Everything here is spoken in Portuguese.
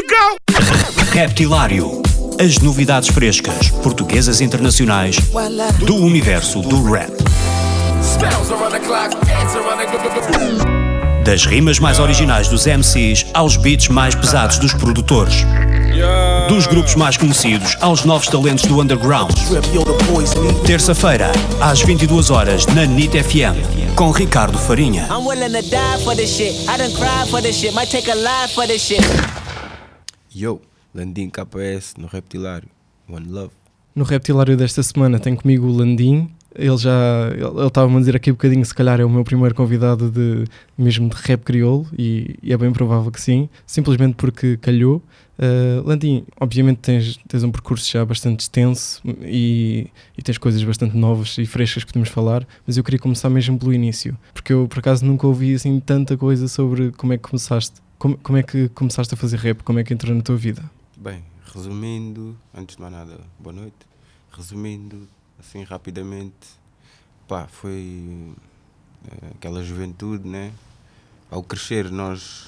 Reptilário. As novidades frescas, portuguesas e internacionais, do universo do rap. Das rimas mais originais dos MCs aos beats mais pesados dos produtores. Dos grupos mais conhecidos aos novos talentos do underground. Terça-feira, às 22 horas na NIT FM, com Ricardo Farinha. Yo, Landim KS no Reptilário, One Love. No Reptilário desta semana tem comigo o Landim. Ele estava-me a dizer aqui um bocadinho, se calhar é o meu primeiro convidado mesmo de rap crioulo, e é bem provável que sim, simplesmente porque calhou. Landim, obviamente tens um percurso já bastante extenso e tens coisas bastante novas e frescas que podemos falar, mas eu queria começar mesmo pelo início, porque eu por acaso nunca ouvi assim tanta coisa sobre como é que começaste. Como é que começaste a fazer rap? Como é que entrou na tua vida? Bem, resumindo, antes de mais nada, boa noite. Resumindo, assim rapidamente, foi aquela juventude, né? Ao crescer nós